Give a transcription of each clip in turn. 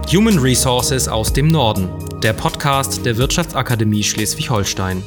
Human Resources aus dem Norden, der Podcast der Wirtschaftsakademie Schleswig-Holstein.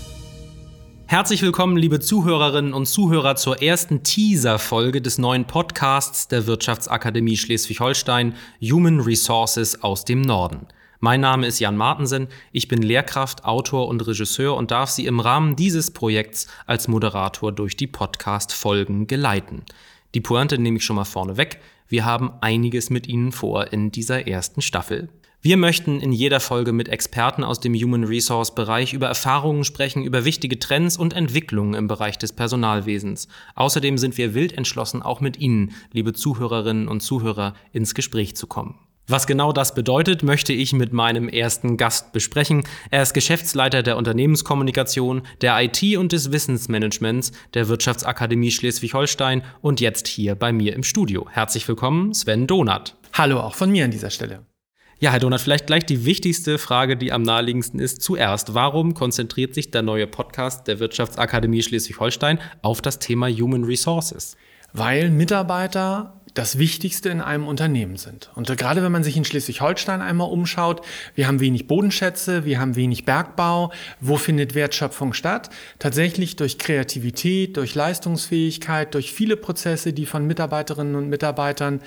Herzlich willkommen, liebe Zuhörerinnen und Zuhörer, zur ersten Teaser-Folge des neuen Podcasts der Wirtschaftsakademie Schleswig-Holstein, Human Resources aus dem Norden. Mein Name ist Jan Martensen, ich bin Lehrkraft, Autor und Regisseur und darf Sie im Rahmen dieses Projekts als Moderator durch die Podcast-Folgen geleiten. Die Pointe nehme ich schon mal vorneweg. Wir haben einiges mit Ihnen vor in dieser ersten Staffel. Wir möchten in jeder Folge mit Experten aus dem Human Resource Bereich über Erfahrungen sprechen, über wichtige Trends und Entwicklungen im Bereich des Personalwesens. Außerdem sind wir wild entschlossen, auch mit Ihnen, liebe Zuhörerinnen und Zuhörer, ins Gespräch zu kommen. Was genau das bedeutet, möchte ich mit meinem ersten Gast besprechen. Er ist Geschäftsleiter der Unternehmenskommunikation, der IT und des Wissensmanagements der Wirtschaftsakademie Schleswig-Holstein und jetzt hier bei mir im Studio. Herzlich willkommen, Sven Donath. Hallo, auch von mir an dieser Stelle. Ja, Herr Donath, vielleicht gleich die wichtigste Frage, die am naheliegendsten ist. Zuerst, warum konzentriert sich der neue Podcast der Wirtschaftsakademie Schleswig-Holstein auf das Thema Human Resources? Weil Mitarbeiter das Wichtigste in einem Unternehmen sind. Und gerade wenn man sich in Schleswig-Holstein einmal umschaut, wir haben wenig Bodenschätze, wir haben wenig Bergbau. Wo findet Wertschöpfung statt? Tatsächlich durch Kreativität, durch Leistungsfähigkeit, durch viele Prozesse, die von Mitarbeiterinnen und Mitarbeitern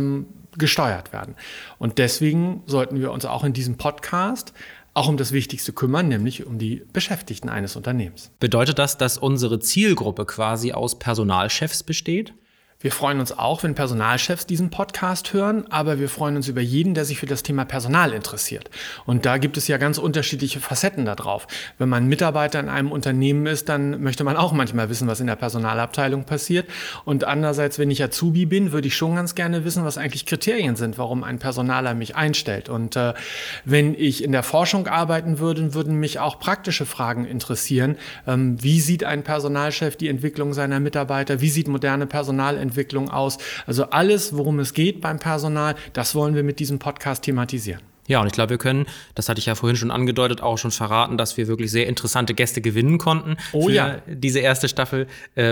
gesteuert werden. Und deswegen sollten wir uns auch in diesem Podcast auch um das Wichtigste kümmern, nämlich um die Beschäftigten eines Unternehmens. Bedeutet das, dass unsere Zielgruppe quasi aus Personalchefs besteht? Wir freuen uns auch, wenn Personalchefs diesen Podcast hören, aber wir freuen uns über jeden, der sich für das Thema Personal interessiert. Und da gibt es ja ganz unterschiedliche Facetten da drauf. Wenn man Mitarbeiter in einem Unternehmen ist, dann möchte man auch manchmal wissen, was in der Personalabteilung passiert. Und andererseits, wenn ich Azubi bin, würde ich schon ganz gerne wissen, was eigentlich Kriterien sind, warum ein Personaler mich einstellt. Und wenn ich in der Forschung arbeiten würde, würden mich auch praktische Fragen interessieren. Wie sieht ein Personalchef die Entwicklung seiner Mitarbeiter? Wie sieht moderne Personalentwicklung aus. Also alles, worum es geht beim Personal, das wollen wir mit diesem Podcast thematisieren. Ja, und ich glaube, wir können, das hatte ich ja vorhin schon angedeutet, auch schon verraten, dass wir wirklich sehr interessante Gäste gewinnen konnten für diese erste Staffel.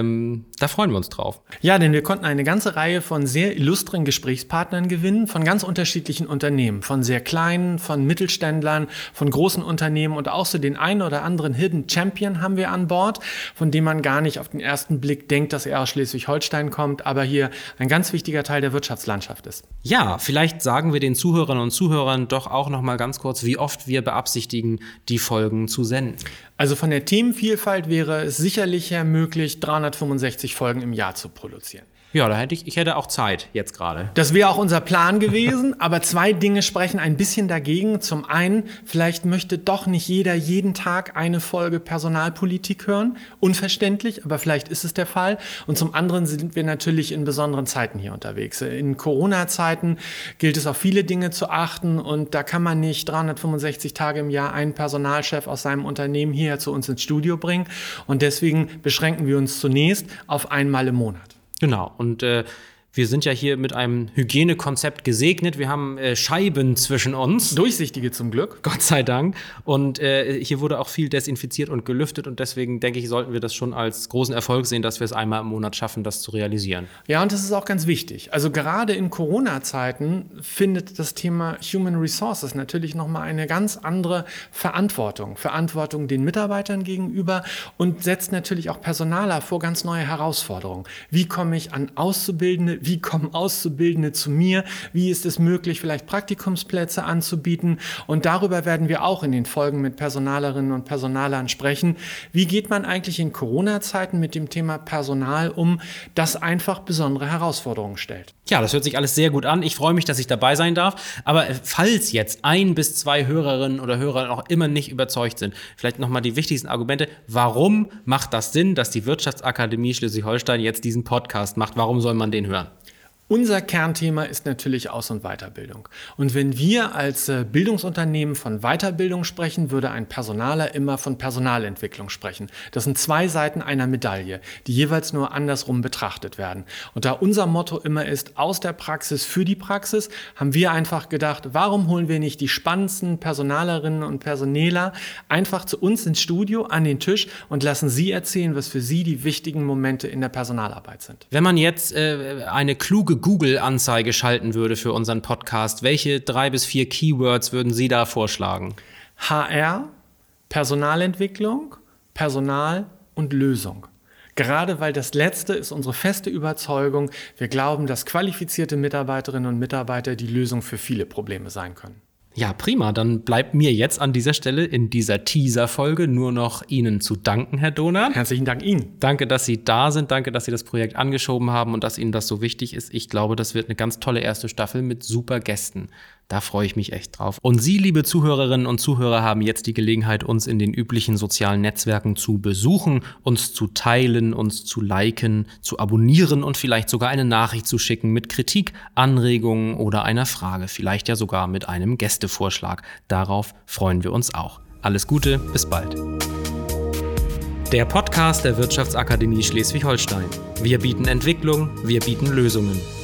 Da freuen wir uns drauf. Ja, denn wir konnten eine ganze Reihe von sehr illustren Gesprächspartnern gewinnen, von ganz unterschiedlichen Unternehmen, von sehr kleinen, von Mittelständlern, von großen Unternehmen und auch so den einen oder anderen Hidden Champion haben wir an Bord, von dem man gar nicht auf den ersten Blick denkt, dass er aus Schleswig-Holstein kommt, aber hier ein ganz wichtiger Teil der Wirtschaftslandschaft ist. Ja, vielleicht sagen wir den Zuhörerinnen und Zuhörern doch auch noch mal ganz kurz, wie oft wir beabsichtigen, die Folgen zu senden. Also von der Themenvielfalt wäre es sicherlich möglich, 365 Folgen im Jahr zu produzieren. Ja, ich hätte auch Zeit jetzt gerade. Das wäre auch unser Plan gewesen, aber zwei Dinge sprechen ein bisschen dagegen. Zum einen, vielleicht möchte doch nicht jeder jeden Tag eine Folge Personalpolitik hören. Unverständlich, aber vielleicht ist es der Fall. Und zum anderen sind wir natürlich in besonderen Zeiten hier unterwegs. In Corona-Zeiten gilt es auf viele Dinge zu achten und da kann man nicht 365 Tage im Jahr einen Personalchef aus seinem Unternehmen hierher zu uns ins Studio bringen. Und deswegen beschränken wir uns zunächst auf einmal im Monat. Genau, und wir sind ja hier mit einem Hygienekonzept gesegnet. Wir haben Scheiben zwischen uns. Durchsichtige zum Glück. Gott sei Dank. Und hier wurde auch viel desinfiziert und gelüftet. Und deswegen, denke ich, sollten wir das schon als großen Erfolg sehen, dass wir es einmal im Monat schaffen, das zu realisieren. Ja, und das ist auch ganz wichtig. Also gerade in Corona-Zeiten findet das Thema Human Resources natürlich nochmal eine ganz andere Verantwortung. Verantwortung den Mitarbeitern gegenüber und setzt natürlich auch Personaler vor ganz neue Herausforderungen. Wie komme ich an Auszubildende? Wie kommen Auszubildende zu mir? Wie ist es möglich, vielleicht Praktikumsplätze anzubieten? Und darüber werden wir auch in den Folgen mit Personalerinnen und Personalern sprechen. Wie geht man eigentlich in Corona-Zeiten mit dem Thema Personal um, das einfach besondere Herausforderungen stellt? Ja, das hört sich alles sehr gut an. Ich freue mich, dass ich dabei sein darf. Aber falls jetzt 1 bis 2 Hörerinnen oder Hörer noch immer nicht überzeugt sind, vielleicht nochmal die wichtigsten Argumente. Warum macht das Sinn, dass die Wirtschaftsakademie Schleswig-Holstein jetzt diesen Podcast macht? Warum soll man den hören? Unser Kernthema ist natürlich Aus- und Weiterbildung. Und wenn wir als Bildungsunternehmen von Weiterbildung sprechen, würde ein Personaler immer von Personalentwicklung sprechen. Das sind 2 Seiten einer Medaille, die jeweils nur andersrum betrachtet werden. Und da unser Motto immer ist, aus der Praxis für die Praxis, haben wir einfach gedacht, warum holen wir nicht die spannendsten Personalerinnen und Personaler einfach zu uns ins Studio, an den Tisch und lassen sie erzählen, was für sie die wichtigen Momente in der Personalarbeit sind. Wenn man jetzt eine kluge Google-Anzeige schalten würde für unseren Podcast, welche 3 bis 4 Keywords würden Sie da vorschlagen? HR, Personalentwicklung, Personal und Lösung. Gerade weil das Letzte ist unsere feste Überzeugung. Wir glauben, dass qualifizierte Mitarbeiterinnen und Mitarbeiter die Lösung für viele Probleme sein können. Ja, prima. Dann bleibt mir jetzt an dieser Stelle in dieser Teaser-Folge nur noch Ihnen zu danken, Herr Dohnert. Herzlichen Dank Ihnen. Danke, dass Sie da sind. Danke, dass Sie das Projekt angeschoben haben und dass Ihnen das so wichtig ist. Ich glaube, das wird eine ganz tolle erste Staffel mit super Gästen. Da freue ich mich echt drauf. Und Sie, liebe Zuhörerinnen und Zuhörer, haben jetzt die Gelegenheit, uns in den üblichen sozialen Netzwerken zu besuchen, uns zu teilen, uns zu liken, zu abonnieren und vielleicht sogar eine Nachricht zu schicken mit Kritik, Anregungen oder einer Frage. Vielleicht ja sogar mit einem Gästevorschlag. Darauf freuen wir uns auch. Alles Gute, bis bald. Der Podcast der Wirtschaftsakademie Schleswig-Holstein. Wir bieten Entwicklung, wir bieten Lösungen.